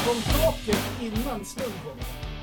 från taket innan snön kommer.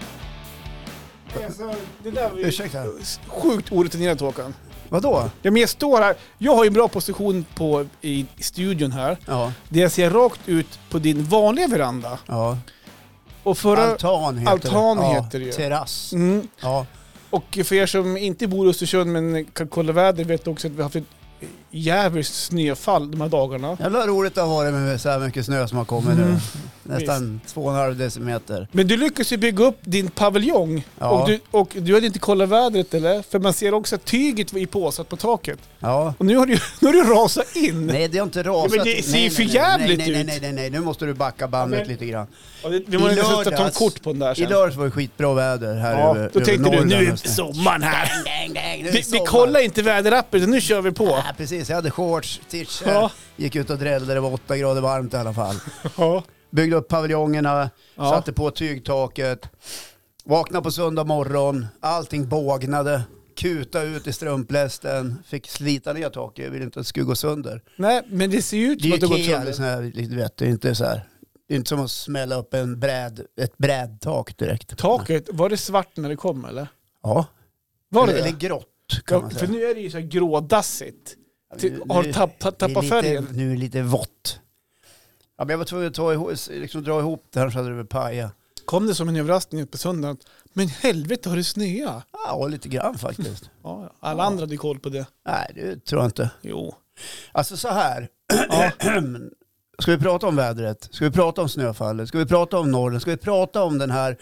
Alltså, det där var ju Ursäkta. sjukt orutinerat, Håkan. Vadå? Ja, men jag står här. Jag har ju en bra position i studion här. Ja. Där jag ser rakt ut på din vanliga veranda. Ja. Och förra... Altan heter det. ju. Terrass. Mm. Ja. Och för er som inte bor i Östersund men kan kolla väder vet också att vi har haft ett jävligt snöfall de här dagarna. Jävla roligt att ha det med så här mycket snö som har kommit nu. Nästan 2,5 decimeter. Men du lyckas ju bygga upp din paviljong. Ja. Och du hade inte kollat vädret eller? För man ser också att tyget var i påsatt på taket. Ja. Och nu har du rasat in. Nej, det har inte rasat. Ja, men det ser ju för jävligt ut. Nej. Nu måste du backa bandet lite grann. Vi måste nästan ta en kort på den där sen. I lördags var det skitbra väder här över då tänkte Norrland. du, nu är sommaren här. Vi sommar. kollar inte väderappen, utan nu kör vi på. Ja, precis. Jag hade shorts, t-shirt. Ja. Gick ut och drällde, det var 8 grader varmt i alla fall. Ja. Byggde upp paviljongerna, Ja. satte på tygtaket. Vaknade på söndag morgon, allting bågnade. Kuta ut i strumplästen, fick slita ner taket, jag ville inte att det skulle gå sönder. Nej, men det ser ju ut Det som är att det går Ikea, sönder. du vet, det är inte så här. Det är inte som att smälla upp ett brädtak direkt. Taket, var det svart när det kom eller? Ja. Var det eller det? grått kan man För säga. nu är det ju så här grådassigt. Nu- Har nu- tappat färgen. Nu är det lite vått. Ja, men jag var tvungen att dra ihop det här så hade det väl paja. Kom det som en överraskning på söndagen. Men helvete, har det snöat? Ja, lite grann faktiskt. Ja, alla andra hade koll på det. Nej, det tror jag inte. Jo. Alltså så här. Ja. Ska vi prata om vädret? Ska vi prata om snöfallet? Ska vi prata om norren? Ska vi prata om den här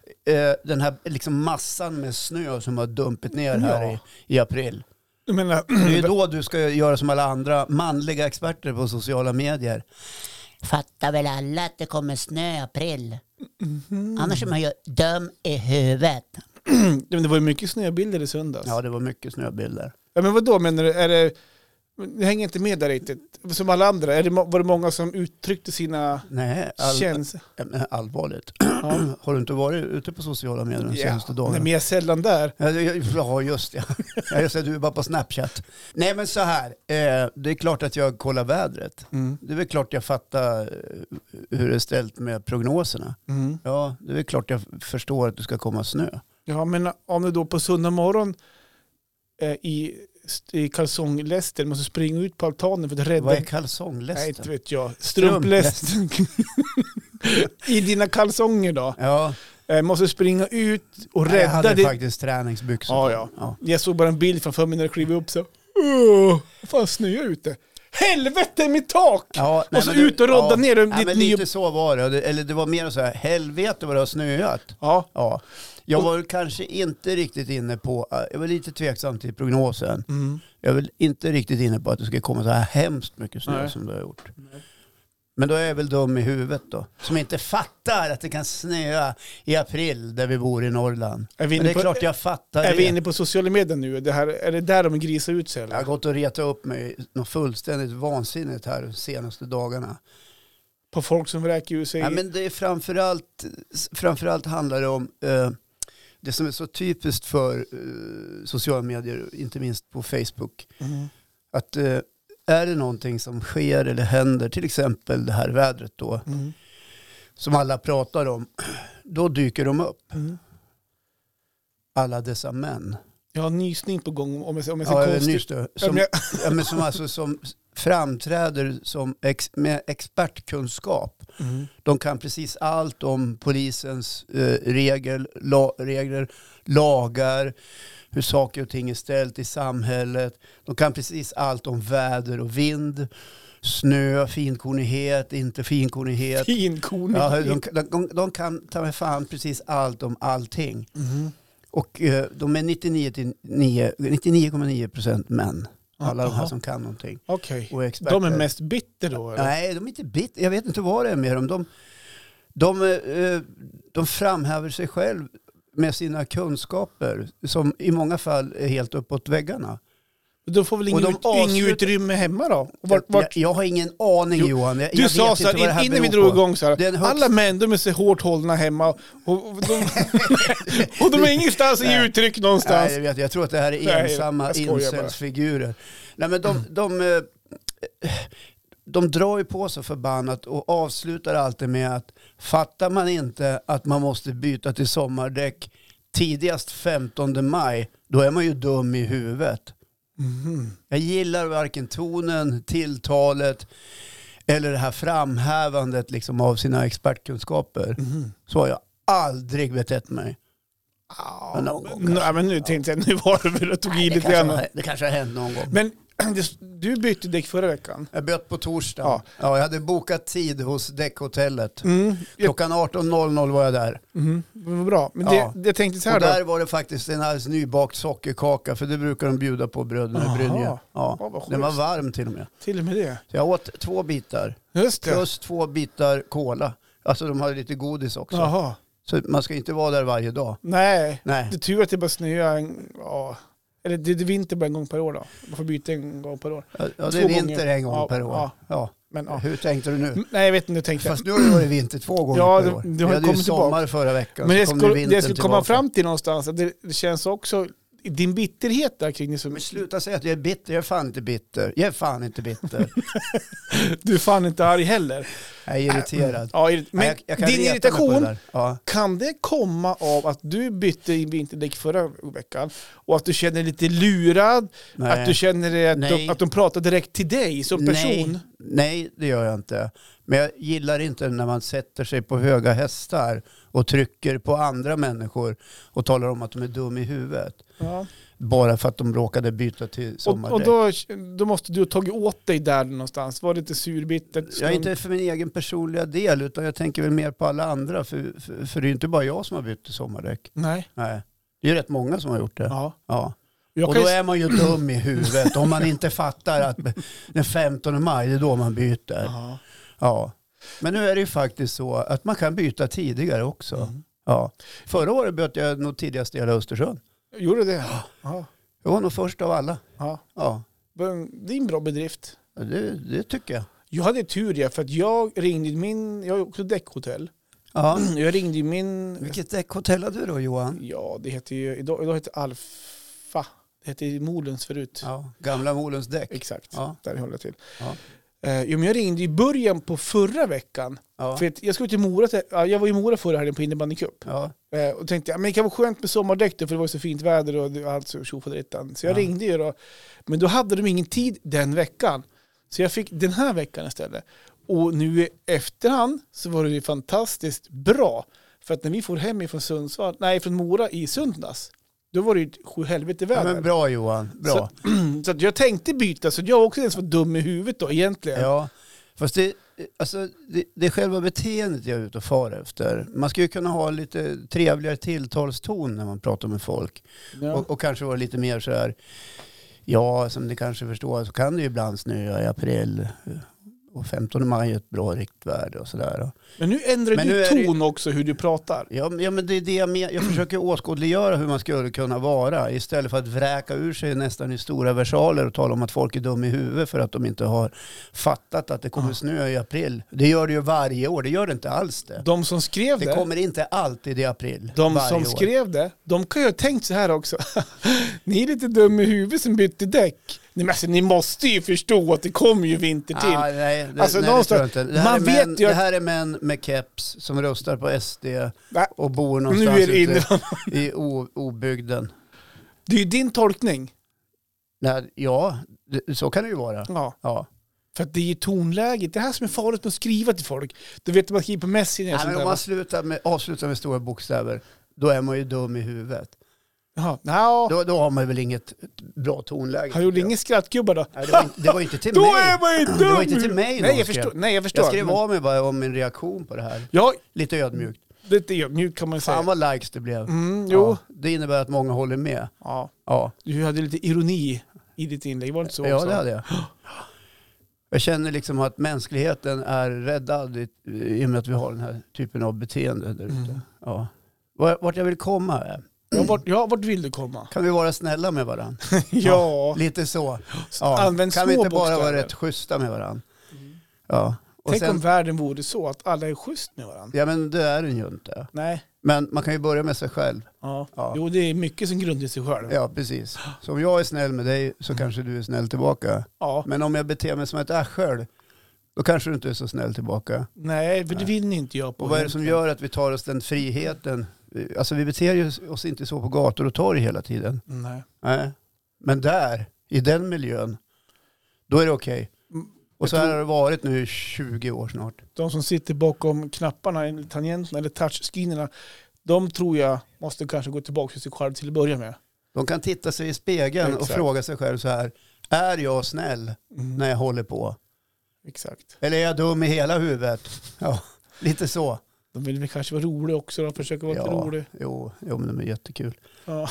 liksom massan med snö som har dumpit ner här i april? Jag menar, Det är ju då du ska göra som alla andra manliga experter på sociala medier. Fattar väl alla att det kommer snö i april. Annars är man ju dum i huvudet. det var ju mycket snöbilder i söndags. Ja, det var mycket snöbilder. Ja, men vad då menar du? Är det... Jag hänger inte med där riktigt. Som alla andra. Var det många som uttryckte sina Nej, känslor? allvarligt. Ja. Har du inte varit ute på sociala medier de senaste dagarna? Nej, men jag är sällan där. Ja, just det. Jag ser du är bara på Snapchat. Nej, men så här. Det är klart att jag kollar vädret. Mm. Det är väl klart jag fattar hur det är ställt med prognoserna. Mm. Ja, det är väl klart jag förstår att det ska komma snö. Ja, men om du då på söndag morgon i kalsonglästen måste springa ut på altanen för att rädda... Vad är Nej, kalsonglästen? inte vet jag. Strumplästen. I dina kalsonger då. Ja, Måste springa ut och jag rädda hade det. faktiskt träningsbyxor. Ja. Jag såg bara en bild framför mig när jag klev upp så. Fan, snöar ute. Helvete, mitt tak! Ja, nej, och så men ut och rodda ner nej, ditt men nya... lite så var det. Eller det var mer så här, helvete vad det har snöat. Ja. Ja. Jag var kanske inte riktigt inne på, jag var lite tveksam till prognosen. Mm. Jag var inte riktigt inne på att det ska komma så här hemskt mycket snö Nej. som det har gjort. Men då är jag väl dum i huvudet då. Som inte fattar att det kan snöa i april där vi bor i Norrland. Är vi Men inne det är klart jag fattar Är vi det. inne på sociala medier nu? Är det där de grisar ut sig? Eller? Jag har gått och retat upp mig något fullständigt vansinnigt här de senaste dagarna. På folk som vräker ur sig? Ja, men det är framförallt handlar det om det som är så typiskt för sociala medier, inte minst på Facebook. Mm. Att är det någonting som sker eller händer, till exempel det här vädret då, som alla pratar om, då dyker de upp. Mm. Alla dessa män. Jag har en nysning på gång om jag ser Ja, konstigt. som framträder som med expertkunskap. Mm. De kan precis allt om polisens regler, lagar, hur saker och ting är ställt i samhället. De kan precis allt om väder och vind, snö, finkornighet, inte finkornighet. Finkornighet. Ja, de kan ta med fan precis allt om allting. Mm. Och de är 99,9% män. Alla de här som kan någonting. Okej. Och experter. De är mest bitter då? Eller? Nej, de är inte bitter. Jag vet inte vad det är med dem. De framhäver sig själv med sina kunskaper som i många fall är helt uppåt väggarna. Då får väl ingen utrymme hemma då? Jag har ingen aning, Johan. Du sa så här, innan vi drog igång så här, alla män de är så hårt hållna hemma och de är ingenstans i uttryck någonstans. Nej, jag tror att det här är ensamma incelsfigurer. Nej, men de drar ju på så förbannat och avslutar alltid med att fattar man inte att man måste byta till sommardäck tidigast 15 maj, då är man ju dum i huvudet. Jag gillar varken tonen, tilltalet eller det här framhävandet liksom av sina expertkunskaper. Så har jag aldrig betett mig. Nej, men nu tänkte jag, nu var det väl och tog i lite grann. Det kanske har hänt någon gång. Men du bytte däck förra veckan. Jag bytte på torsdag. Ja, jag hade bokat tid hos däckhotellet. Klockan 18.00 var jag där. Det var bra. Men det tänkte så här och då. där var det faktiskt en alldeles nybakt sockerkaka, för det brukar de bjuda på bröderna Brynje. Ja, den var varm till och med. Till och med det. Så jag åt 2 bitar. Just det. Plus 2 bitar cola. Alltså de hade lite godis också. Jaha. Så man ska inte vara där varje dag. Nej. Det är tur att det bara snöar. Eller det är vinter bara en gång per år då. Man får byta en gång per år. Ja, det är vinter en gång per år. Ja. Men, hur tänkte du nu? Nej, jag vet inte hur jag tänkte. Fast nu har det varit vinter 2 gånger per år. Du har kommit sommar tillbaka förra veckan. Men det skulle komma fram till någonstans. Att det känns också, din bitterhet där kring det som... Men sluta säga att jag är bitter. Jag är fan inte bitter. Du är fan inte arg heller. Jag är irriterad. Men jag din irritation, kan det komma av att du bytte in vinterdäck förra veckan och att du känner dig lite lurad? Nej. Att du känner att de pratar direkt till dig som person? Nej, det gör jag inte. Men jag gillar inte när man sätter sig på höga hästar och trycker på andra människor och talar om att de är dum i huvudet. Ja. Bara för att de råkade byta till sommardäck. Och då måste du ha tagit åt dig där någonstans. Var det lite surbittert? Jag är inte för min egen personliga del, utan jag tänker väl mer på alla andra. För det är ju inte bara jag som har bytt till sommardäck. Nej. Det är rätt många som har gjort det. Ja. Och då är man ju dum i huvudet om man inte fattar att den 15 maj det är då man byter. Ja. Men nu är det ju faktiskt så att man kan byta tidigare också. Ja. Förra året bytte jag nog tidigast i hela Östersund. Gjorde det? Ja. Jag var nog först av alla. Ja. Det är en bra bedrift. Ja, det tycker jag. Jag hade tur för att jag ringde jag har också däckhotell. Ja. Jag ringde min... Vilket däckhotell hade du då, Johan? Ja, det heter ju... Idag heter Alfa. Det heter Molens förut. Ja, gamla Molens däck. Exakt, där håller jag till. Ja. Men jag ringde i början på förra veckan. Ja. För jag skulle till Mora. Jag var i Mora förra helgen på innebandycup. Ja. Och tänkte, men det kan vara skönt med sommardäck för det var så fint väder och allt så tjofaderittan. Så jag ringde ju då. Men då hade de ingen tid den veckan. Så jag fick den här veckan istället. Och nu i efterhand så var det ju fantastiskt bra. För att när vi får hem från Mora i söndags, då var det ju 7 helvete väder. Ja, men bra Johan, bra. Så att jag tänkte byta, så jag också ens var dum i huvudet då egentligen. Ja, fast det är själva beteendet jag är ute och far efter. Man ska ju kunna ha lite trevligare tilltalston när man pratar med folk. Ja. Och kanske vara lite mer så här, som ni kanske förstår så kan det ju ibland snöa i april. Och 15 maj är ett bra riktvärde och sådär. Men nu ändrar du ton också hur du pratar. Ja, men det är det jag försöker åskådliggöra hur man skulle kunna vara. Istället för att vräka ur sig nästan i stora versaler och tala om att folk är dum i huvudet för att de inte har fattat att det kommer snö i april. Det gör det ju varje år. Det gör det inte alls det. De som skrev det kommer inte alltid i april. De som skrev det, de kan ju ha tänkt så här också. Ni är lite dum i huvudet som bytte däck. Ni måste ju förstå att det kommer ju vinter till. Nej, det tror jag inte. Det här är män med keps som röstar på SD och bor någonstans i obygden. Det är ju din tolkning. Nej, så kan det ju vara. Ja. För att det är ju tonläget. Det här som är farligt med att skriva till folk. Du vet att man skriver på Messenger. Men om man avslutar med stora bokstäver, då är man ju dum i huvudet. Jaha. Då har man väl inget bra tonläge. Han gjorde ingen skrattgubbar då? Nej, det var inte till mig. Då är man ju dum! Det var inte till mig. Nej, jag förstår. Jag skrev av mig bara om min reaktion på det här. Ja. Lite ödmjukt. Lite ödmjukt kan man säga. Fan vad likes det blev. Jo. Det innebär att många håller med. Ja. Du hade lite ironi i ditt inlägg, var det inte så? Ja, det hade jag. Jag känner liksom att mänskligheten är räddad i och med att vi har den här typen av beteende där ute. Ja. Vart jag vill komma är... Vart vill du komma? Kan vi vara snälla med varandra? Ja. Lite så. Kan vi inte bara vara rätt schyssta med varandra? Ja. Tänk om världen vore så att alla är schysst med varandra. Ja, men det är den ju inte. Nej. Men man kan ju börja med sig själv. Ja. Jo, det är mycket som grundar sig själv. Ja, precis. Så om jag är snäll med dig så kanske du är snäll tillbaka. Ja. Men om jag beter mig som ett arsel, Då kanske du inte är så snäll tillbaka. Nej, för det vinner inte jag på. Och vad är det som gör att vi tar oss den friheten? Alltså vi beter ju oss inte så på gator och torg hela tiden. Nej. Men där, i den miljön, då är det okej. Och så har det varit nu i 20 år snart. De som sitter bakom knapparna, tangenterna eller touchscreenerna, de tror jag måste kanske gå tillbaka till sig själv till att börja med. De kan titta sig i spegeln och fråga sig själv så här, är jag snäll när jag håller på? Exakt. Eller är jag dum i hela huvudet? Ja, lite så. De vill väl kanske vara roliga också, de försöker vara lite roliga. Jo, men de är jättekul. Ja.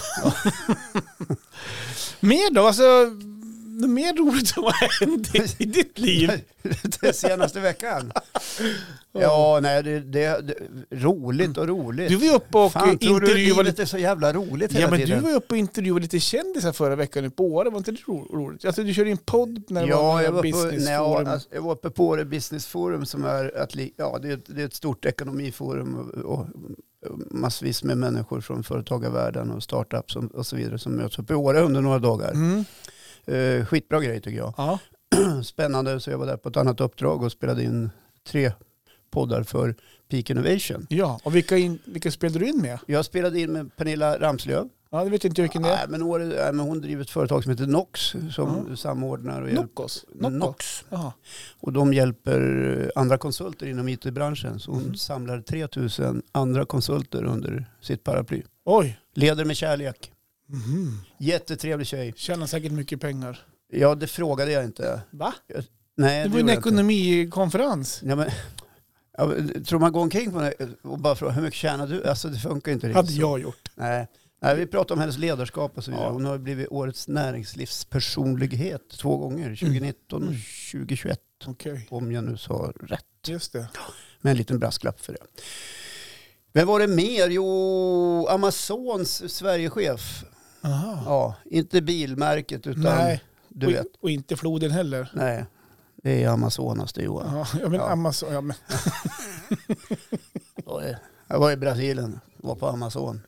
Mer då? Alltså, det mer roligt som har hänt i ditt liv? Den senaste veckan? Ja, nej, det är roligt och roligt. Du var ju uppe och intervjuade lite så jävla roligt hela tiden. Du var ju uppe och intervjuade lite kändisar förra veckan i Åre. Var inte det roligt? Alltså, du körde en podd när det var Business Forum. Jag var uppe på Åre Business Forum som är det är ett stort ekonomiforum och massvis med människor från företagarvärlden och startups och så vidare som möts uppe i Åre under några dagar. Skitbra grej tycker jag. Ja. Spännande, så jag var där på ett annat uppdrag och spelade in 3 poddar för Peak Innovation. Ja, och vilka spelade du in med? Jag spelade in med Pernilla Ramslöv. Ja, det vet inte vilken det är. Men hon driver ett företag som heter Nox som samordnar och hjälper. Nox. Och de hjälper andra konsulter inom IT-branschen. Så hon samlar 3000 andra konsulter under sitt paraply. Oj. Leder med kärlek. Jättetrevlig tjej. Tjänar säkert mycket pengar. Ja, det frågade jag inte. Va? Nej, det var en ekonomikonferens. Ja, men, tror man går omkring på det och bara frågar hur mycket tjänar du? Alltså det funkar inte riktigt. Hade jag gjort. Nej, vi pratar om hennes ledarskap och så vidare. Hon har blivit årets näringslivspersonlighet 2 gånger. 2019 och 2021. Okay. Om jag nu sa rätt. Just det. Med en liten brasklapp för det. Men var det mer? Jo, Amazons Sverigechef. Aha. Ja, inte bilmärket utan du vet. Och inte floden heller. Nej, det är Amazonas det, Johan. Ja, men Amazon. Ja, men. Jag var i Brasilien, var på Amazon.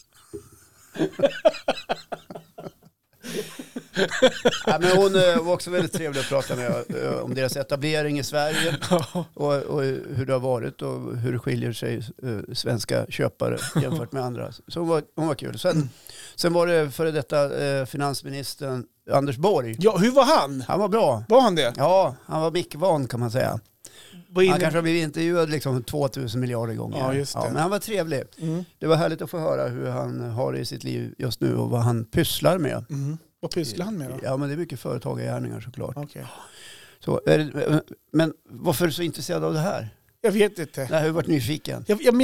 Ja, men hon var också väldigt trevlig att prata med om deras etablering i Sverige och hur det har varit och hur det skiljer sig svenska köpare jämfört med andra. Så hon var kul. Sen var det före detta finansministern Anders Borg. Ja, hur var han? Han var bra. Var han det? Ja, han var mickvan kan man säga. Han kanske har blivit intervjuad liksom 2000 miljarder gånger. Ja, just det. Ja, men han var trevlig. Det var härligt att få höra hur han har det i sitt liv just nu och vad han pysslar med. Vad pysslar han med då? Ja, men det är mycket företagargärningar såklart. Okay. Så, men varför är du så intresserad av det här? Jag vet inte. Nej, jag har varit nyfiken.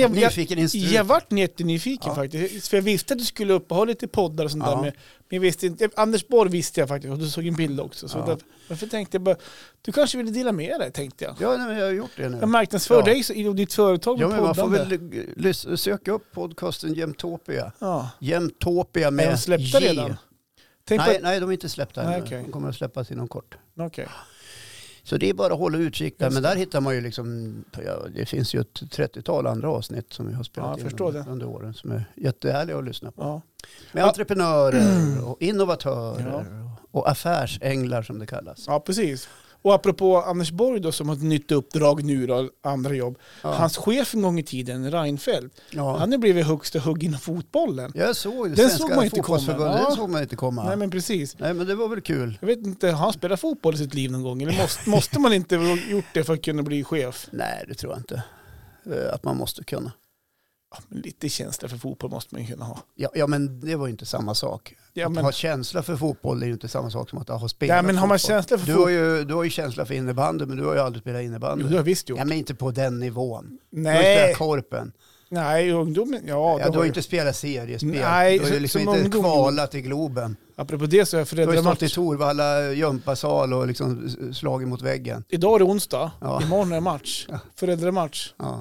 Jag varit jättenyfiken faktiskt. För jag visste att du skulle uppehålla lite poddar och sånt där. Men jag visste inte. Anders Borg visste jag faktiskt. Och du såg en bild också. Så därför tänkte jag bara, du kanske ville dela med dig, tänkte jag. Ja, men jag har gjort det nu. Jag marknadsför dig i ditt företag med men man får väl söka upp podcasten Jämtopia. Ja. Jämtopia med de släppta redan? Nej, de är inte släppta ännu. Okay. De kommer att släppas inom kort. Okay. Så det är bara att hålla utkik där. Men där hittar man ju liksom, det finns ju ett 30-tal andra avsnitt som vi har spelat in under åren som är jättehärliga att lyssna på. Ja. Med entreprenörer och innovatörer och affärsänglar som det kallas. Ja, precis. Och apropå Anders Borg då, som har ett nytt uppdrag nu då, andra jobb. Ja. Hans chef en gång i tiden, Reinfeldt, han har blivit högsta hugg inom fotbollen. Jag såg det. Den såg man inte komma. Den såg man inte komma. Nej, men precis. Nej, men det var väl kul. Jag vet inte, har han spelat fotboll i sitt liv någon gång? Eller måste man inte ha gjort det för att kunna bli chef? Nej, det tror jag inte. Att man måste kunna. Ja, men lite känsla för fotboll måste man ju kunna ha. Ja, men det var ju inte samma sak. Att ha känsla för fotboll är ju inte samma sak som att ha spelat men har man känsla för fotboll? Du har ju känsla för innebandy, men du har ju aldrig spelat innebandy. Jo, det har visst gjort. Ja, men inte på den nivån. Nej. Du har spelat korpen. Nej, ungdomen, du har ju inte spelat seriespel. Nej, du har ju liksom inte kvalat i Globen. Apropå det så är föräldramatch. Du har stått i Torvalla gympasal och liksom slagit mot väggen. Idag är det onsdag. Ja. Imorgon är det match. Ja. Föräldramatch. Ja.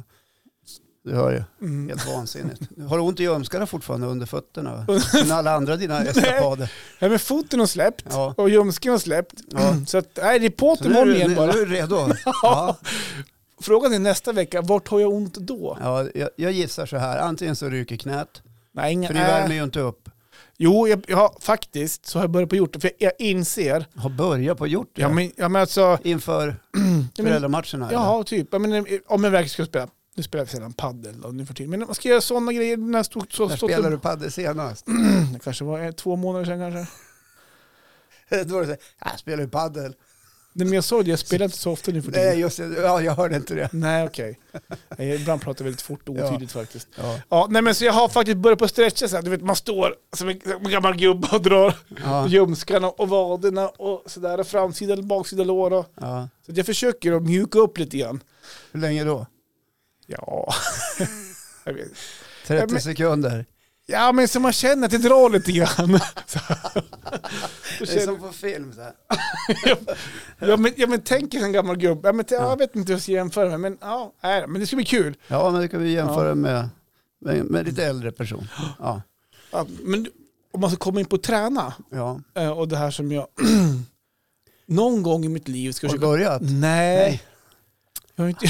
Du hör ju. Helt vansinnigt. Har du ont i ljumskarna fortfarande under fötterna? Men alla andra dina eskapader. Nej, men foten har släppt. Ja. Och ljumsken har släppt. Ja. Så att, det är på till imorgon igen bara. Nu är du redo. Ja. Frågan är nästa vecka, vart har jag ont då? Ja, jag gissar så här. Antingen så ryker knät. Nej, för det värmer ju inte upp. Jo, faktiskt så har jag börjat på gjort det. För jag inser... Har börjat på gjort det? Ja, men alltså... Inför föräldramatcherna? Ja, eller? Typ. Om jag verkligen ska spela... Nu spelar jag sedan paddel då, nu för tiden. Men man ska göra sådana grejer. När spelar du paddel senast? Det kanske var 2 månader sedan kanske. Då var det så här, spelar du paddel? Nej, men jag sa det, jag spelar inte så ofta nu för tiden. Nej, just det. Ja, jag hörde inte det. Nej, okej. Ibland pratar jag väldigt fort och otydligt faktiskt. Ja, nej, men så jag har faktiskt börjat på att stretcha så här. Du vet, man står som en gammal gubbe och drar ljumskarna och vaderna och sådär. Framsida eller baksida lår. Så jag försöker att mjuka upp lite grann. Hur länge då? Ja, jag vet. 30 sekunder. Ja, men så man känner att det drar lite grann. Det är som på film. Så här. men tänk en gammal gubbe. Jag vet inte hur jag ska jämföra med, men det ska bli kul. Ja, men det kan vi jämföra med lite äldre person. Ja. Ja, men om man ska komma in på att träna. Ja. Och det här som jag någon gång i mitt liv ska försöka... Har du börjat? Nej. Jag har inte...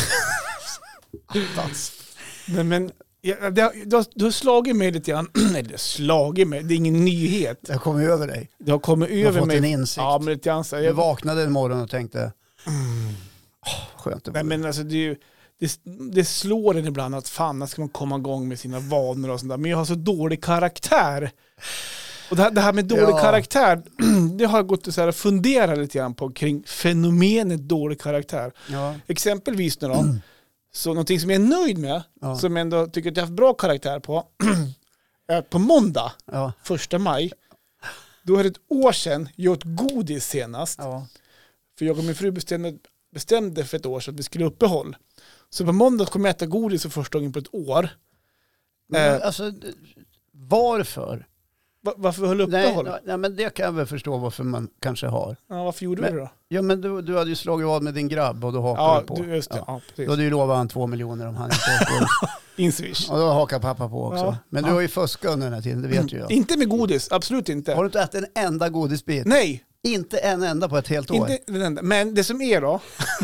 men du har slagit mig lite grann. Nej, slagit mig. Det är ingen nyhet. Jag kommer över dig. Det har kommit över mig. Du har fått en insikt. Ja, men lite grann så. Jag vaknade en morgon och tänkte skönt. Nej, men alltså det slår en ibland att fan, ska man komma igång med sina vanor och sånt där. Men jag har så dålig karaktär. Och det här med dålig karaktär, det har jag gått och så här fundera lite grann på kring fenomenet dålig karaktär. Ja. Exempelvis nu då. Så någonting som jag är nöjd med, som jag ändå tycker att jag har haft bra karaktär på, är på måndag, 1 maj, då är det ett år sedan jag åt godis senast. Ja. För jag och min fru bestämde för ett år sedan att vi skulle uppehåll. Så på måndag kommer jag äta godis för första gången på ett år. Men, alltså, varför? Varför höll uppehåll? Nej, men det kan jag väl förstå varför man kanske har. Ja, varför gjorde du det då? Ja, men du hade ju slagit vad med din grabb och då hakade du på. Just det. Ja, då hade ju lovat han 2 miljoner om han inte Inswish. Och då hakar pappa på också. Ja. Men du har ju fuskat under den här tiden, det vet ju jag. Inte med godis, absolut inte. Har du inte ätit en enda godisbit? Nej. Inte en enda på ett helt år? Inte en enda. Men det som är då...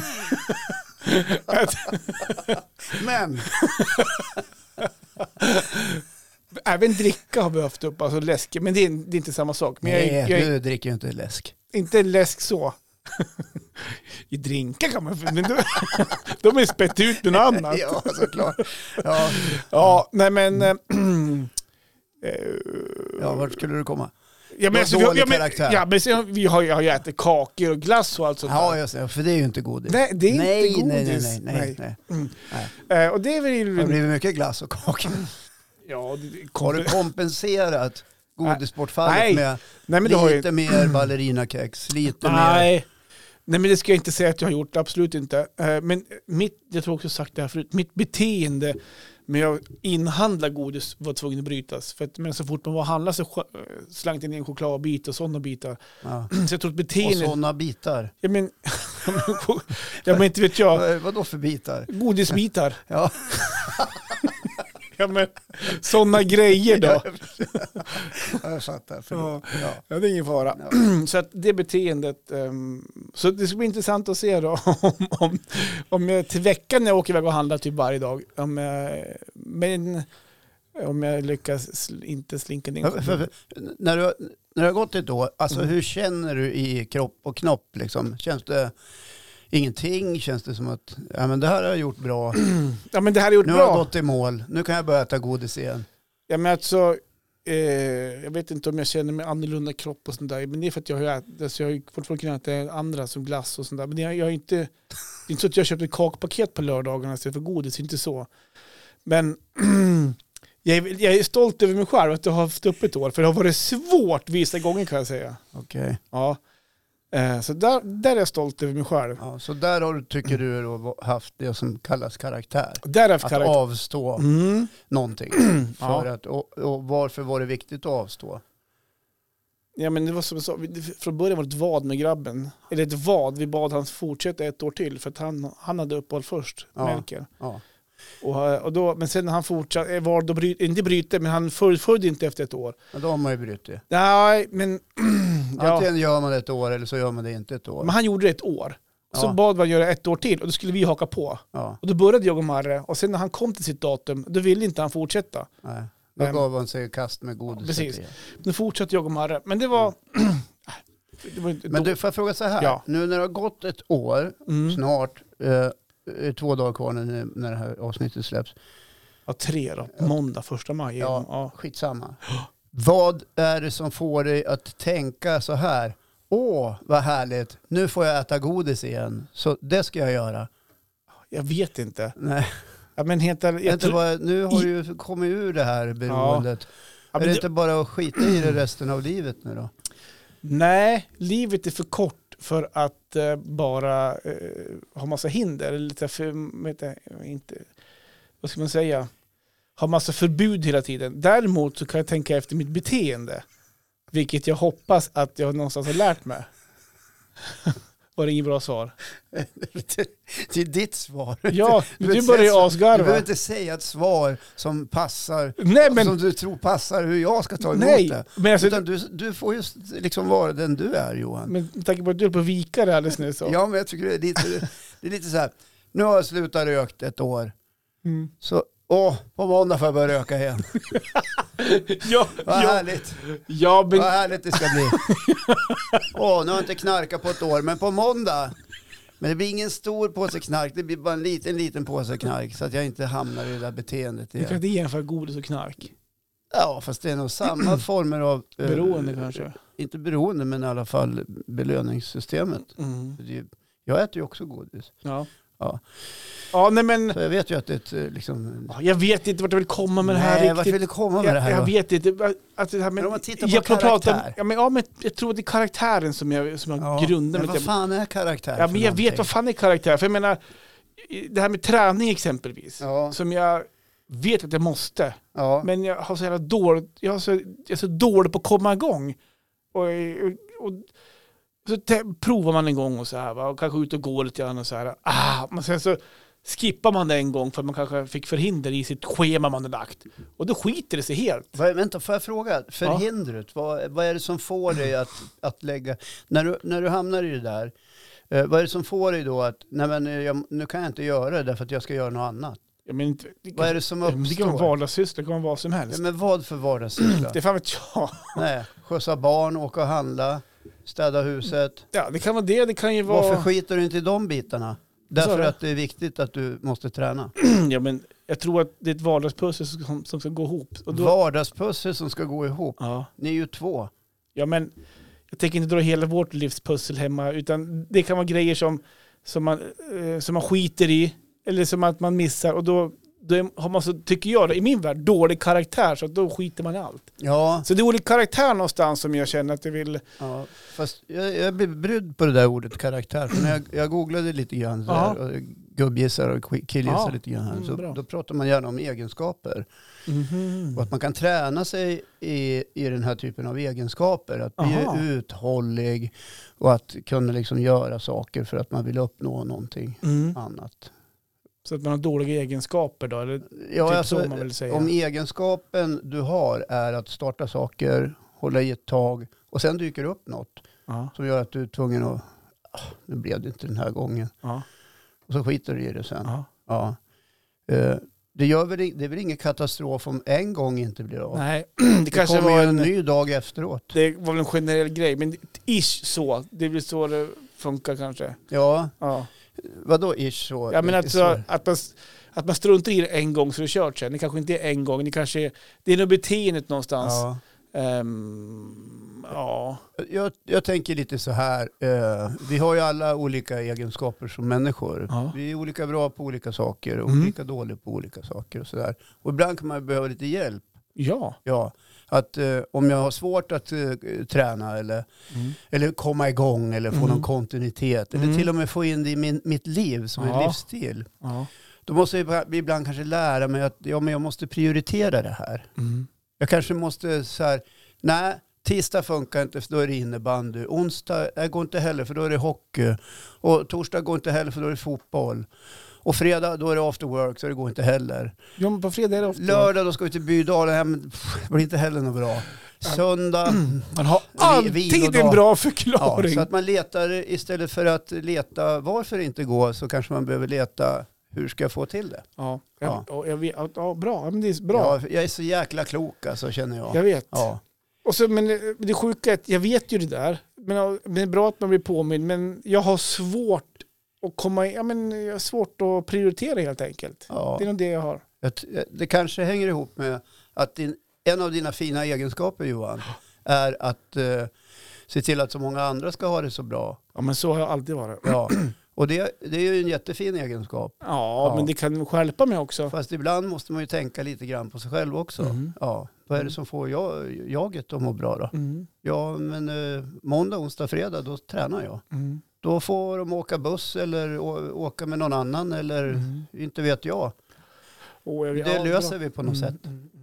Men... Även dricka har vi haft upp, alltså läsk. Men det är inte samma sak. Men Nej, du dricker ju inte läsk. Inte läsk så. I drinkar kan man... Men de är spett ut med något annat. Ja, såklart. Nej men... vart skulle du komma? Ja, men vi har ju ätit kakor och glass och allt sånt. Ja, just det, för det är ju inte godis. Nej, det är inte godis. Nej. Och det är väl... Det har blivit mycket glass och kakor. Ja, har du kompenserat godisbortfallet med lite mer ballerinakex? Lite mer... Nej, men det ska jag inte säga att jag har gjort. Absolut inte. Men jag tror också sagt det här förut. Mitt beteende med att inhandla godis var tvungen att brytas. För att, så fort man var och handlade så slank in en chokladbit och sådana bitar. Ja. Så jag tror att beteende... Och sådana bitar? Ja, men inte vet jag. Vad då för bitar? Godisbitar. Ja. Ja, men sådana grejer då. Jag fattar. Ja, det är ingen fara. Ja. Så att det beteendet... så det ska bli intressant att se då om jag till veckan när jag åker iväg och handlar typ varje dag. Om jag lyckas inte slinka in. När du har gått ett år, alltså hur känner du i kropp och knopp liksom? Känns det... Ingenting, känns det som att men det här har jag gjort bra. Ja, men det här har gjort nu bra. Nu har jag gått i mål. Nu kan jag börja äta godis igen. Ja, men alltså, jag vet inte om jag känner mig annorlunda kropp och sånt där. Men det är för att jag har fortfarande kunnat äta andra som glass och sånt där. Men jag har inte... Det är inte så att jag köpte ett kakpaket på lördagarna istället för godis. Inte så. Men jag är stolt över mig själv att jag har haft upp ett år. För det har varit svårt vissa gånger, kan jag säga. Okej. Ja. Så där är jag stolt över mig själv. Ja, så där tycker du har haft det som kallas karaktär. Att avstå någonting. För att, och varför var det viktigt att avstå? Ja, men det var som jag sa, från början var det ett vad med grabben. Eller ett vad, vi bad han fortsätta ett år till. För att han hade uppehåll först, Melker. Ja. Och då, men sen när han fortsatte, inte bryter, men han fullföljde inte efter ett år. Men då har man ju brutit. Nej, men... Antingen gör man det ett år eller så gör man det inte ett år. Men han gjorde det ett år. Så bad man göra ett år till och då skulle vi haka på. Ja. Och då började jag och Marre. Och sen när han kom till sitt datum, då ville inte han fortsätta. Nej. Då gav han sig kast med godis. Precis. Nu fortsatte jag och Marre. Men det var... Men du, får jag fråga så här. Ja. Nu när det har gått ett år, snart, 2 dagar kvar när det här avsnittet släpps. Ja, 3 då. Måndag, 1 maj. Ja, skitsamma. Vad är det som får dig att tänka så här? Vad härligt. Nu får jag äta godis igen. Så det ska jag göra. Jag vet inte. Nej. Ja, men nu har du ju kommit ur det här beroendet. Ja, är det inte bara att skita i det resten av livet nu då? Nej, livet är för kort för att bara ha massa hinder. Lite vad ska man säga? Ha massa förbud hela tiden. Däremot så kan jag tänka efter mitt beteende. Vilket jag hoppas att jag någonstans har lärt mig. Var det inget bra svar? Det är ditt svar. Ja, du börjar ju asgarva. Du behöver inte säga ett svar som passar. Nej, men, som du tror passar hur jag ska ta emot det. Men alltså, utan du får just liksom vara den du är, Johan. Men tack på att du är på vikare alldeles nu. Så. Ja, men jag tycker det är lite så här. Nu har jag slutat rökt 1 år. Så på måndag får jag börja röka igen. Vad härligt. Ja, men... Vad härligt det ska bli. Nu har jag inte knarkat på 1 år, men på måndag. Men det blir ingen stor påse knark, det blir bara en liten påse knark så att jag inte hamnar i det där beteendet igen. Du kan inte jämföra godis och knark. Ja, fast det är nog samma former av... beroende kanske. Inte beroende, men i alla fall belöningssystemet. Jag äter ju också godis. Ja, nej men... Så jag vet ju att det liksom... Jag vet inte vart jag vill komma med det här riktigt. Vart vill du komma med det här? Jag vet inte. Att det här med, om man tittar på karaktär. Men jag tror att det är karaktären som jag grundar. Men vad fan är karaktär? Ja, men jag vet vad fan är karaktär. För jag menar, det här med träning exempelvis. Som jag vet att jag måste. Men jag har så jävla dåligt. Jag är så dålig på att komma igång. Och så provar man en gång och så här. Och kanske ut och går lite grann och så här. Men sen så skippar man det en gång för att man kanske fick förhinder i sitt schema man har lagt. Och då skiter det sig helt. Vänta, får jag fråga? Förhindret, vad är det som får dig att lägga... När du hamnar i det där, vad är det som får dig då att nu kan jag inte göra det därför att jag ska göra något annat? Ja, men vad är det som uppstår? Det kan vara vardagssyssla, det kan vara vad som helst. Ja, men vad för vardagssyssla? Det fan vet jag. Nej, skjutsa barn, åka och handla, städa huset. Ja, det kan vara det kan ju vara... Varför skiter du inte i de bitarna? Därför att det är viktigt att du måste träna. Ja, men jag tror att det är ett vardagspussel som ska gå ihop. Och då... Vardagspussel som ska gå ihop? Ja. Ni är ju 2. Ja, men jag tänker inte dra hela vårt livspussel hemma. Utan det kan vara grejer som man skiter i. Eller som att man missar. Och då har man så, tycker jag, i min värld, dålig karaktär. Så då skiter man i allt. Ja. Så det är olika karaktär någonstans som jag känner att jag vill... Ja, fast jag blir brydd på det där ordet karaktär. För när jag googlade lite grann så här, och gubbgissar och killgissar lite grann här, så då pratar man gärna om egenskaper. Och att man kan träna sig i den här typen av egenskaper. Att bli uthållig och att kunna liksom göra saker för att man vill uppnå någonting annat. Så att man har dåliga egenskaper då? Eller alltså, så man vill säga. Om egenskapen du har är att starta saker, hålla i ett tag och sen dyker upp något som gör att du är tvungen att nu blev det inte den här gången. Och så skiter du i det sen. Det är väl ingen katastrof om en gång inte blir av. Nej, det kanske var en ny dag efteråt. Det var väl en generell grej, men ish så. Det blir så det funkar kanske. Ja. Vadå ish så? Ja, men att man struntar i det en gång så det kört sen. Det kanske inte är en gång. Det är nog beteendet någonstans. Jag tänker lite så här. Vi har ju alla olika egenskaper som människor. Vi är olika bra på olika saker och olika dåliga på olika saker och sådär. Och ibland kan man behöva lite hjälp. Ja. Att om jag har svårt att träna eller komma igång eller få någon kontinuitet eller till och med få in det i mitt liv som en livsstil. Då måste jag ibland kanske lära mig att men jag måste prioritera det här. Jag kanske måste så här, nej, tisdag funkar inte för då är det innebandy. Onsdag går inte heller för då är det hockey. Och torsdag går inte heller för då är det fotboll. Och fredag då är det after work så det går inte heller. Ja, men på fredag är det after work. Lördag då ska vi till Bydalen. Det blir inte heller något bra. Söndag. Man har alltid en bra förklaring. Så att man letar istället för att leta varför det inte går så kanske man behöver leta hur ska jag få till det? Ja, jag vet, bra. Men det är bra. Ja, jag är så jäkla klok alltså, känner jag. Jag vet. Ja. Och så, men det sjuka är att jag vet ju det där. Men det är bra att man blir påmind. Men jag har svårt jag har svårt att prioritera helt enkelt. Ja. Det är nog det jag har. Det kanske hänger ihop med att en av dina fina egenskaper, Johan, är att se till att så många andra ska ha det så bra. Ja, men så har jag alltid varit. Ja. Och det är ju en jättefin egenskap. Ja, men det kan stjälpa mig också. Fast ibland måste man ju tänka lite grann på sig själv också. Mm. Ja. Vad är det som får jaget att må bra då? Mm. Ja, men måndag, onsdag, fredag, då tränar jag. Mm. Då får de åka buss eller åka med någon annan eller inte vet jag. Det löser vi på något sätt.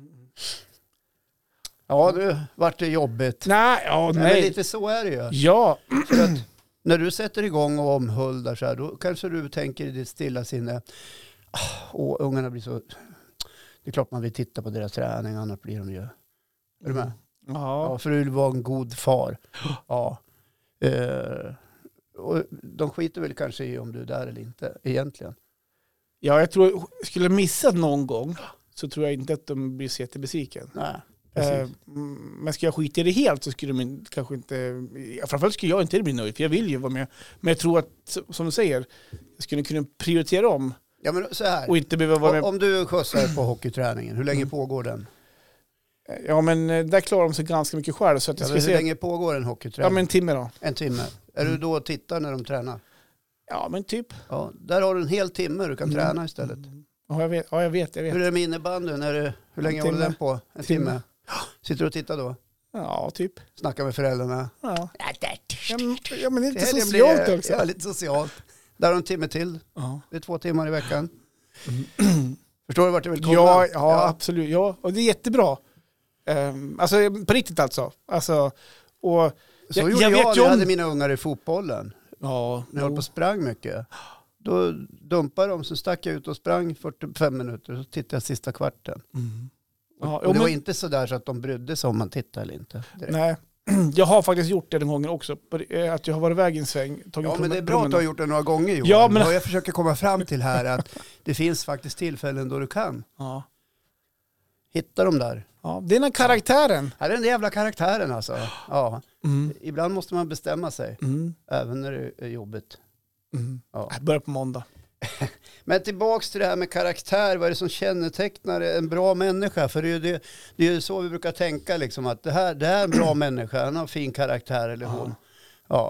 Ja, nu vart det jobbigt. Nej. Men lite så är det ju. Ja. För att när du sätter igång och omhuldar så här, då kanske du tänker i ditt stilla sinne, ungarna blir så... Det är klart man vill titta på deras träning, annars blir de ju... Är du med? Ja, för du vill vara en god far. Ja. Och de skiter väl kanske i om du är där eller inte, egentligen. Ja, jag tror, skulle jag missa någon gång så tror jag inte att de blir så jättebesviken. Nej. Men ska jag skita i det helt så skulle de kanske inte... Framförallt skulle jag inte bli nöjd, för jag vill ju vara med. Men jag tror att, som du säger, jag skulle kunna prioritera om. Ja, men så här. Och inte behöva vara med. Om du skjutsar på hockeyträningen, hur länge pågår den? Ja, men där klarar de sig ganska mycket själv. Så att jag ska hur länge pågår en hockeyträning? Ja, men en timme då. En timme. Är du då och tittar när de tränar? Ja, men typ. Ja, där har du en hel timme du kan träna istället. Ja, jag vet. Hur är det med innebandyn? Hur länge håller den på? En timme. Sitter du och tittar då? Ja, typ. Snackar med föräldrarna? Ja, men det är lite socialt också. Ja, lite socialt. Där har du en timme till. Ja. Det är 2 timmar i veckan. Förstår du vart jag vill komma? Ja, absolut. Ja, och det är jättebra. Alltså på riktigt alltså. Och så gjorde jag när jag hade mina ungar i fotbollen. Ja. När jag höll på och sprang mycket. Då dumpade de, så stack jag ut och sprang 45 minuter. Så tittade jag sista kvarten. Mm. Och det var inte så där så att de brydde sig om man tittade eller inte. Direkt. Nej, jag har faktiskt gjort det den gången också. Att jag har varit iväg en sväng. Men det är bra att du har gjort det några gånger, Johan. Ja, men... Och jag försöker komma fram till här att det finns faktiskt tillfällen då du kan. Ja. Hitta dem där. Ja, det är den karaktären. Ja, det är den jävla karaktären alltså. Ja. Ibland måste man bestämma sig. Även när det är jobbigt. Ja. Jag börjar på måndag. Men tillbaks till det här med karaktär. Vad är det som kännetecknar en bra människa? För det är ju så vi brukar tänka. Liksom, att det här är en bra människa. Han har fin karaktär eller hon. Ja.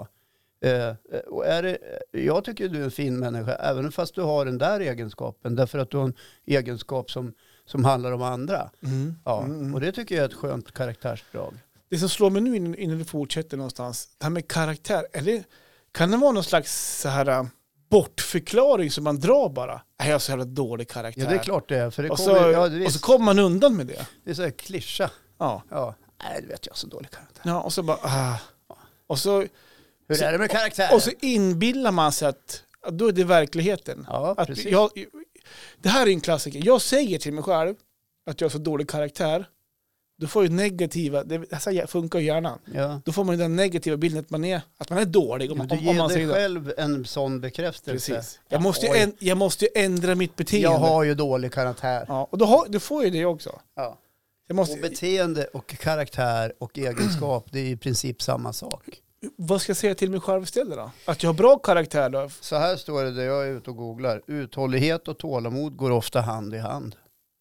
Och jag tycker du är en fin människa. Även fast du har den där egenskapen. Därför att du har en egenskap som handlar om andra. Och det tycker jag är ett skönt karaktärsdrag. Det som slår mig nu innan du fortsätter någonstans. Det här med karaktär. Kan det vara någon slags så här... bortförklaring som man drar bara. Jag har så jävla dålig karaktär. Ja, det är klart det är. För det och så kommer man undan med det. Det är så här klyscha. Ja. Nej, det vet jag, så dålig karaktär. Ja, och så bara... Och så... Hur är det med karaktär? Och så inbillar man sig att då är det verkligheten. Ja, att precis. Det här är en klassiker. Jag säger till mig själv att jag har så dålig karaktär. Då får ju negativa, det funkar i hjärnan. Ja. Då får man ju den negativa bilden att man är dålig. Du ger dig själv en sån bekräftelse. Precis. Jag måste ju ändra mitt beteende. Jag har ju dålig karaktär. Ja, och då får ju det också. Ja. Och beteende och karaktär och egenskap, det är i princip samma sak. Vad ska jag säga till mig själv istället då? Att jag har bra karaktär då? Så här står det där jag är ute och googlar. Uthållighet och tålamod går ofta hand i hand.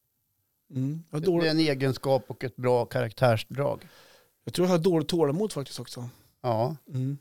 Det är en egenskap och ett bra karaktärsdrag. Jag tror jag har dåligt tålamod faktiskt också. Ja.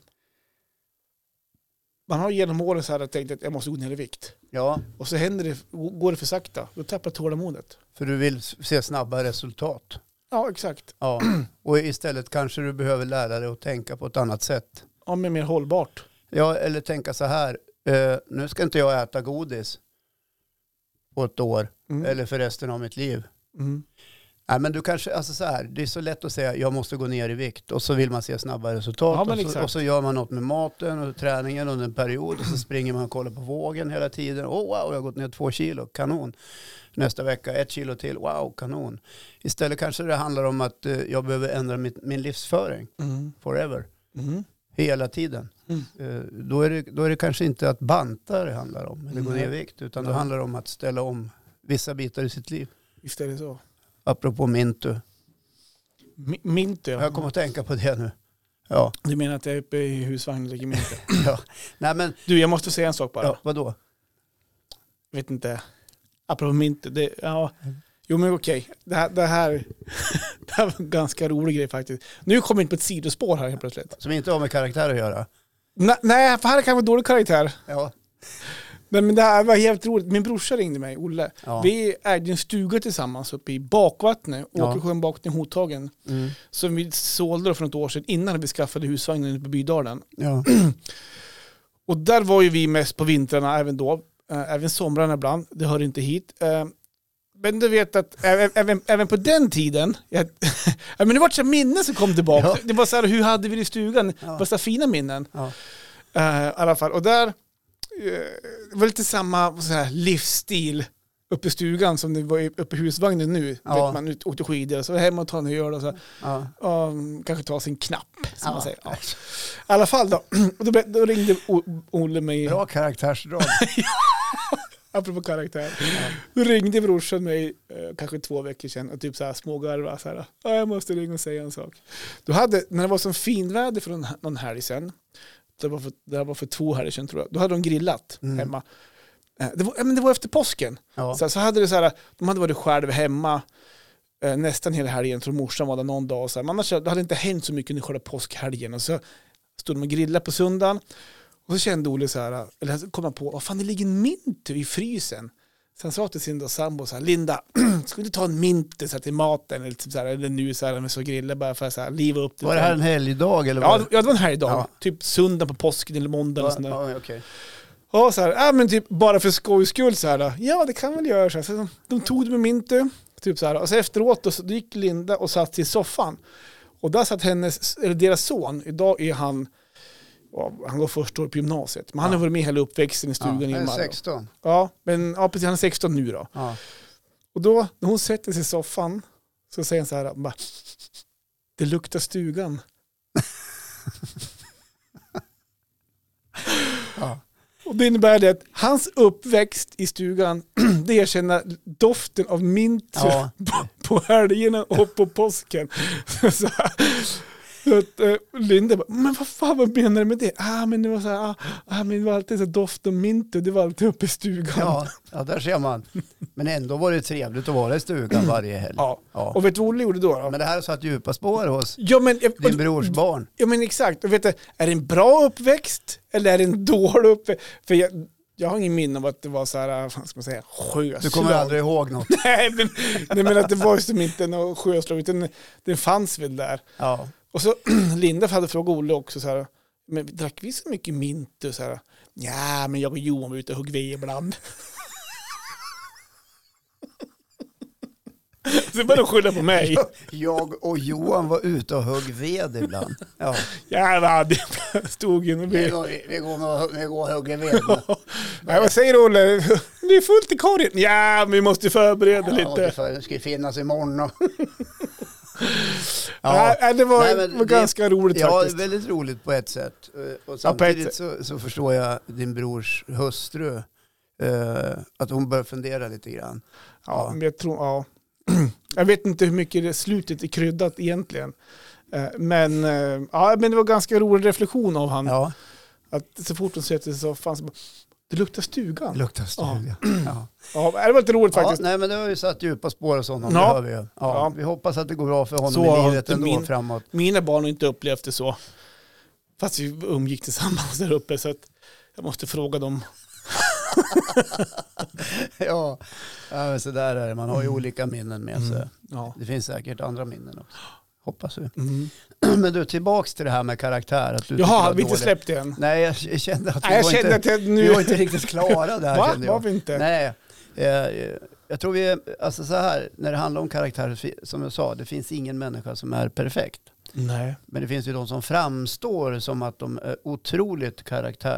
Man har genom åren så här tänkt att jag måste gå ner i vikt. Ja. Och så går det för sakta. Då tappar jag tålamodet. För du vill se snabba resultat. Ja, exakt. Ja. Och istället kanske du behöver lära dig att tänka på ett annat sätt. Ja, men mer hållbart. Ja, eller tänka så här. Nu ska inte jag äta godis på ett år. Eller för resten av mitt liv. Nej, men du kanske, alltså så här, det är så lätt att säga jag måste gå ner i vikt och så vill man se snabba resultat och så gör man något med maten och träningen under en period och så springer man och kollar på vågen hela tiden. Wow, jag har gått ner 2 kilo, kanon. Nästa vecka 1 kilo till, wow, kanon. Istället kanske det handlar om att jag behöver ändra min livsföring forever. hela tiden. Då är det kanske inte att banta det handlar om, eller gå ner i vikt, utan det handlar om att ställa om vissa bitar i sitt liv. Visst är det så. Apropå Mintu. Mintu, ja. Jag kommer att tänka på det nu. Ja. Du menar att jag är uppe i husvagnen och dricker Mintu? Ja. Nej, men, du, jag måste säga en sak bara. Ja, vadå? Vet inte. Apropå Mintu. Jo men okej. Det här var en ganska rolig grej faktiskt. Nu kommer jag in på ett sidospår här helt plötsligt. Som inte har med karaktär att göra. Nej, för här kan vara dålig karaktär. Ja. Nej, men det här var helt roligt. Min brorsa ringde mig, Olle. Ja. Vi ägde en stuga tillsammans uppe i Bakvattnet. Åkersjön Bakvattnet i Hothagen. Som vi sålde för något år sedan innan vi skaffade husvagnen på Bydalen. Ja. Och där var ju vi mest på vintrarna även då. Även somrarna ibland. Det hör inte hit. Men du vet att även på den tiden men det var så minnen som kom tillbaka. Ja. Det var så här, hur hade vi det i stugan? Det var så fina minnen. Ja. I alla fall. Och där det var lite samma så här, livsstil uppe i stugan som det var uppe i husvagnen nu. Ja. Vet man åkte skidor och så var hemma och ta en öl och så. Ja. Och kanske ta sin knapp som man säger. Ja. I alla fall då. Och då ringde Olle mig. Bra karaktärsdrag. Apropå karaktär. Då ringde brorsan mig kanske 2 veckor sedan och typ så här smågarva så här. Jag måste ringa och säga en sak. När det var som finväder för någon helg sedan. Det var för 2 helger sedan tror jag. Då hade de grillat hemma. Det var efter påsken. Ja. Så hade det så här, de hade varit själva hemma nästan hela helgen. Tror morsan var där någon dag. Så här. Men annars det hade inte hänt så mycket under själva påskhelgen. Och så stod de och grillade på söndagen. Och så kände Olle så här, eller kom han på, vad fan det ligger en Mintu i frysen. Sen sa till sin sambo så här, Linda, ska du ta en Mintu så här, till maten eller, typ så här, eller nu så här med så grilla bara för att så här, liva upp det. Var det här en helgdag eller vad? Ja, det var en helgdag. Ja. Typ söndag på påsken eller måndag eller sånt där. Ja, okej. Och så här, men typ bara för skojs skull så här, ja det kan väl göra så här. Så de tog det med Mintu, typ så här. Och så efteråt då, så gick Linda och satt i soffan. Och där satt deras son, idag är han går första år på gymnasiet. Men han har varit med hela uppväxten i stugan. Han är 16. Ja, precis, han är 16 nu då. Ja. Och då, när hon sätter sig i soffan så säger han så här, bara, det luktar stugan. Ja. Och det innebär det att hans uppväxt i stugan, det är att känna doften av mint på helgerna och på påsken. Så Linda bara, men vad menar du med det? Men det var så här, men det var alltid så doft och mint och det var alltid uppe i stugan. Ja, där ser man. Men ändå var det trevligt att vara i stugan varje helg. Ja. Och vet du vad Olle gjorde då? Men det här har satt djupa spår hos din brors barn. Ja, men exakt. Och vet du, är det en bra uppväxt eller är det en dålig uppväxt? För jag har ingen minne av att det var så här, vad ska man säga, sjöslag. Du kommer aldrig ihåg något. nej, men att det var just inte något sjöslag, utan det fanns väl där. Ja. Och så Linda hade frågat Olle också så här, men drack vi så mycket mint och så här, ja, men jag och Johan var ute och högg ved ibland. Så bara skylla på mig. Jag och Johan var ute och högg ved ibland. Ja, det stod ju och vi går och hugger ved. Nej, vad säger Olle? Det är fullt i korgen. Ja, men vi måste förbereda lite. Det ska finnas imorgon. Det var ganska roligt faktiskt. Ja, väldigt roligt på ett sätt. Och samtidigt så förstår jag din brors hustru att hon bör fundera lite grann. Ja. Men jag tror, jag vet inte hur mycket det slutet är kryddat egentligen. Men det var ganska rolig reflektion av han. Ja. Att så fort hon sätter sig så fanns det luktar stugan. Ja, det var lite roligt faktiskt. Nej, men det har ju satt djupa spår och sånt. Det hör vi. Ja. Vi hoppas att det går bra för honom så i livet ändå framåt. Mina barn har inte upplevt det så. Fast vi umgick tillsammans där uppe så att jag måste fråga dem. Ja, men så där är det. Man har ju olika minnen med sig. Ja. Det finns säkert andra minnen också. Hoppas vi. Men du, tillbaks till det här med karaktär. Att du har vi inte släppt det än? Nej, jag kände att vi var inte riktigt klara där. Va? Var vi inte? Nej, jag tror alltså så här, när det handlar om karaktär, som jag sa, det finns ingen människa som är perfekt. Nej. Men det finns ju de som framstår som att de är otroligt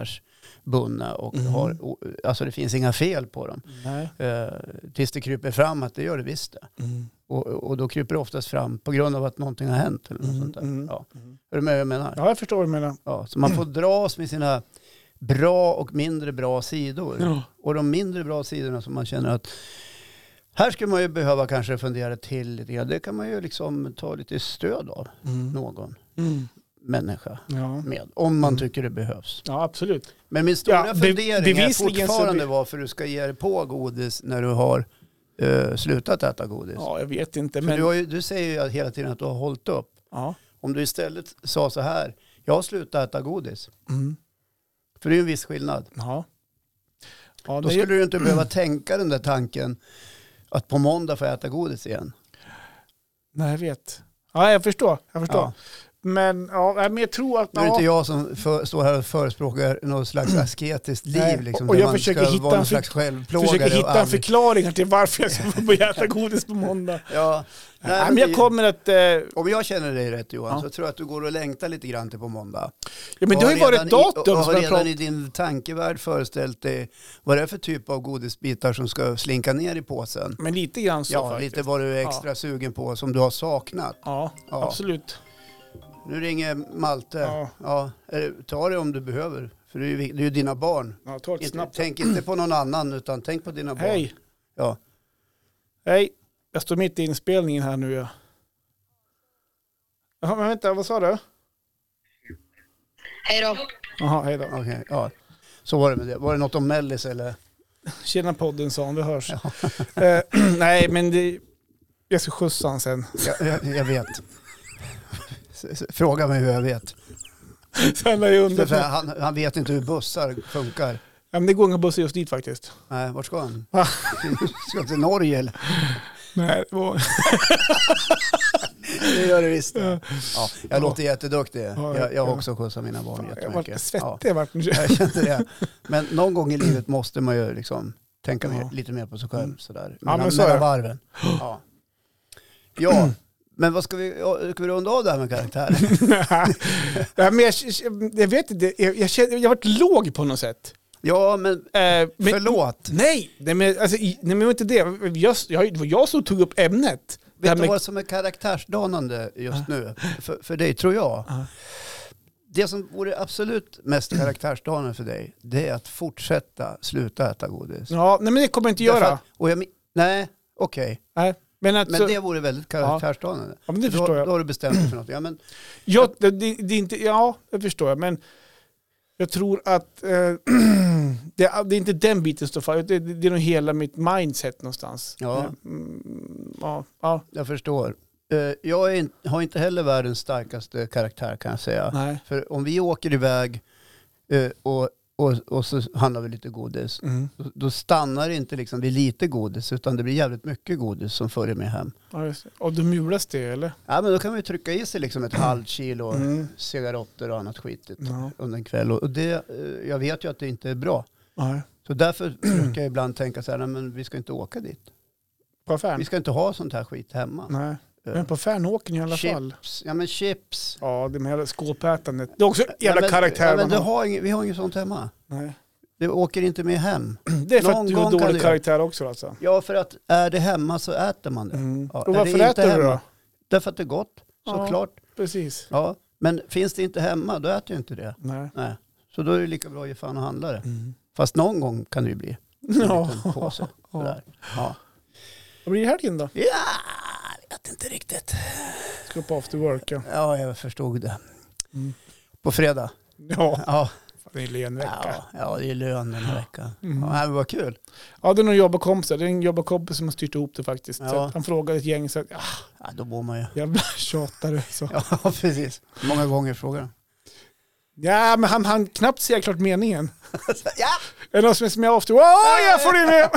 bundna och alltså det finns inga fel på dem. Tills det kryper fram att det gör det visst det. Och då kryper det oftast fram på grund av att någonting har hänt eller något sånt där. Ja. Är du med vad jag menar? Ja, jag förstår vad du menar. Ja, så man får dras med sina bra och mindre bra sidor. Ja. Och de mindre bra sidorna som man känner att här ska man ju behöva kanske fundera till lite grann. Det kan man ju liksom ta lite stöd av någon människa med. Om man tycker det behövs. Ja, absolut. Men min stora fundering är fortfarande varför du ska ge dig på godis när du har slutat äta godis. Ja, jag vet inte. Men du säger ju hela tiden att du har hållit upp. Ja. Om du istället sa så här, jag har slutat äta godis. För det är ju en viss skillnad. Ja. Ja, då skulle du inte behöva tänka den där tanken att på måndag får jag äta godis igen. Nej, jag vet. Ja, jag förstår. Ja. Men jag tror att... Nu är det inte jag som står här och förespråkar något slags asketiskt liv. Liksom, och jag försöker hitta en förklaring till varför jag ska börja äta godis på måndag. Ja. Nej, men jag kommer att... Om jag känner dig rätt, Johan, så tror jag att du går och längtar lite grann till på måndag. Ja, men det har ju varit ett datum. Och har redan i din tankevärld föreställt dig vad det är för typ av godisbitar som ska slinka ner i påsen. Men lite grann så faktiskt. Lite vad du är extra sugen på som du har saknat. Ja, absolut. Nu ringer Malte. Ja, ta det om du behöver. För det är ju dina barn. Ja, ta det snabbt. Tänk inte på någon annan utan tänk på dina barn. Hej. Ja. Hej. Jag står mitt i inspelningen här nu. Jaha, men vänta, vad sa du? Hej då. Jaha, hej då. Okej, ja. Så var det med det. Var det något om Mellis eller? Tjena podden, sa han, vi hörs. Ja. Nej, men jag ska skjutsa han sen. Jag vet. Fråga mig hur jag vet. Han vet inte hur bussar funkar. Ja, men det går inga bussar just dit faktiskt. Nej, vart ska han? Ska till Norge eller? Nej, det gör det visst. Ja, jag låter jätteduktig. Jag har också skjutsat mina barn jättemycket. Jag var svettig. Jag kände det. Men någon gång i livet måste man ju liksom tänka lite mer på sig själv. Sådär. Men så är varven. Ja. Men vad ska vi runda av det här med karaktär? Ja, men jag vet inte. Jag har varit låg på något sätt. Ja, men förlåt. Nej, men inte det. Det var jag som tog upp ämnet. Vet du vad som är karaktärsdanande just nu? För dig, tror jag. Det som vore absolut mest karaktärsdanande för dig, det är att sluta äta godis. Ja, nej, men det kommer jag inte göra. Nej, okej. Nej. Men det vore väldigt karaktärsdanande. Ja, men det förstår jag. Då har du bestämt dig för något. Ja, men, det är inte, det förstår jag. Men jag tror att det är inte den biten står för. Det är nog hela mitt mindset någonstans. Ja. Ja. Jag förstår. Jag har inte heller världens starkaste karaktär, kan jag säga. Nej. För om vi åker iväg och så handlar vi lite godis. Då stannar det inte liksom vid lite godis, utan det blir jävligt mycket godis som följer med hem. Ja, just det. Och du mulas det, eller? Ja, men då kan vi trycka i sig liksom ett halvt kilo cigaretter och annat skitigt under en kväll. Och det, jag vet ju att det inte är bra. Nej. Så därför brukar jag ibland tänka så här, men vi ska inte åka dit. På affären? Vi ska inte ha sånt här skit hemma. Nej. Men på färnåken i alla fall. Ja, men chips. Ja, det med hela skåpätandet. Det är också jävla karaktär. Ja, men vi har inget sånt hemma. Nej. Det åker inte med hem. Det är för att du har dålig karaktär också alltså. Ja, för att är det hemma så äter man det. Ja, och varför äter du då? Därför att det är gott, såklart. Ja, precis. Ja, men finns det inte hemma, då äter jag inte det. Nej. Så då är det lika bra att ge fan och handla det. Fast någon gång kan det ju bli en liten påse. Ja. Vad blir det helgen då? Ja, jag vet inte riktigt. Ska på after work. Ja, jag förstod det. På fredag. Ja. Det är lönvecka. Ja, det är lön den här veckan. Ja, det var kul. Ja, det är någon jobbarkompis. Det är en jobbarkompis som har styrt ihop det faktiskt. Ja. Så han frågade ett gäng så att, då bor man ju. Jävla tjatare. Så. Ja, precis. Många gånger frågar han. Ja, men han knappt säger klart meningen. Ja! Är det någon som är after? Jag får in med!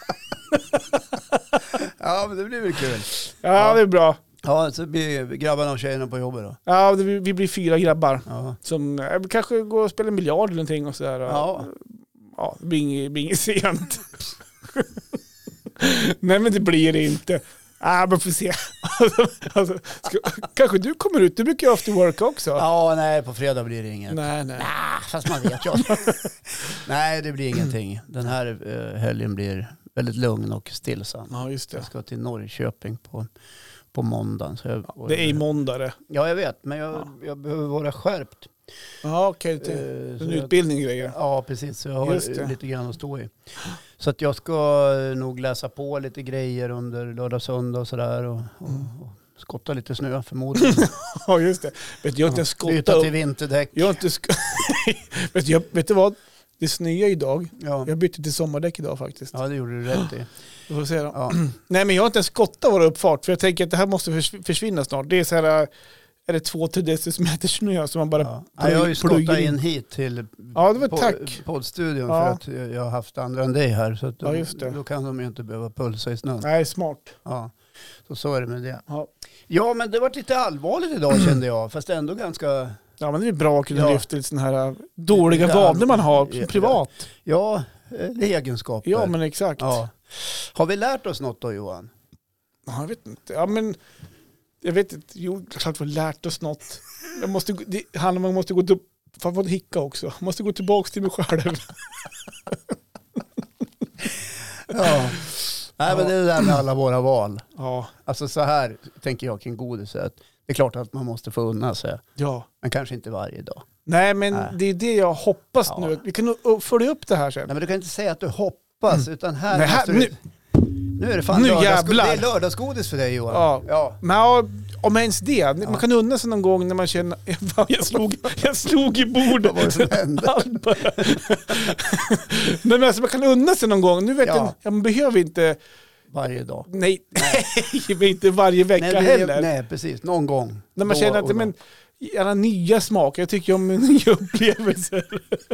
Ja, men det blir väl kul. Ja, det är bra. Ja, så blir grabbarna och tjejerna på jobbet då. Ja, vi blir 4 grabbar. Ja. Som kanske går och spelar miljard eller någonting och sådär. Ja, det blir inget sent. Nej, men det blir det inte. Men får se. Alltså, kanske du kommer ut, du brukar ju after work också. Ja, nej, på fredag blir det inget. Nej. Fast man vet ju. Nej, det blir ingenting. Den här helgen blir väldigt lugn och stillsam. Ja, just det. Jag ska till Norrköping på måndagen. Så det är i måndag det. Ja, jag vet, men jag behöver vara skärpt. Ja, okej. En utbildning grejer. Ja, precis. Så jag har lite grann att stå i. Så att jag ska nog läsa på lite grejer under lördag, söndag och sådär. Och skotta lite snö förmodligen. Ja, just det. Vet jag inte skottat. Byta till vinterdäck. Jag inte vet du vad? Det snöar idag. Ja. Jag bytte till sommardäck idag faktiskt. Ja, det gjorde du rätt i. Du får se då. Ja. Nej, men jag har inte ens skottat våra uppfart. För jag tänker att det här måste försvinna snart. Det är så här... Är det 2-3 decimeter snö som man bara jag har ju skottat in hit till det var tack. poddstudion för att jag har haft andra än dig här. Så att då kan de ju inte behöva pulsa i snön. Nej, smart. Ja, så är det med det. Ja, men det var lite allvarligt idag kände jag. Fast ändå ganska... Ja, men det är bra att kunna lyfta lite sådana här dåliga vanor man har privat. Ja, det är egenskaper. Ja, men exakt. Ja. Har vi lärt oss något då, Johan? Ja, jag vet inte. Ja, men... Jag vet inte, klart vi har lärt oss något. Det handlar om att man måste gå till, för att hicka också. Man måste gå tillbaka till mig själv. Ja. Nej, men det är det där med alla våra val. Ja. Alltså så här tänker jag kring godiset. Det är klart att man måste få unna sig. Ja. Men kanske inte varje dag. Nej, men det är det jag hoppas nu. Vi kan följa upp det här sen. Nej, men du kan inte säga att du hoppas, utan här nej, måste du... Nu är det fan jävlar. Det är lördagsgodis för dig, Johan. Ja. Men om ens det. Man kan unna sig någon gång när man känner... Jag slog i bordet. Vad var det som hände? Men alltså, man kan unna sig någon gång. Nu vet man behöver inte... Varje dag. Nej. Inte varje vecka heller. Nej, precis. Någon gång. När man känner att alla nya smaker. Jag tycker om nya upplevelser.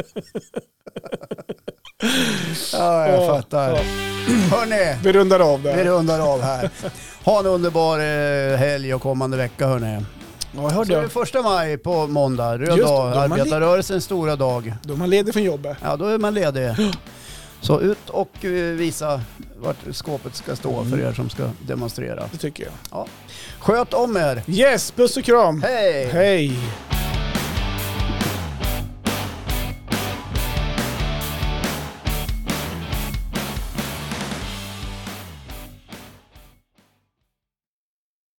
Ja, jag fattar. Ja. Hörrni, vi rundar av där. Vi rundar av här. Ha en underbar helg och kommande vecka, hörni. Ja, jag hörde. Så är det 1 maj på måndag. Röd dag, arbetarrörelsens stora dag. Då är man ledig från jobbet. Ja, då är man ledig. Så ut och visa vart skåpet ska stå för er som ska demonstrera. Det tycker jag. Ja. Sköt om er. Yes, puss och kram. Hej! Hej!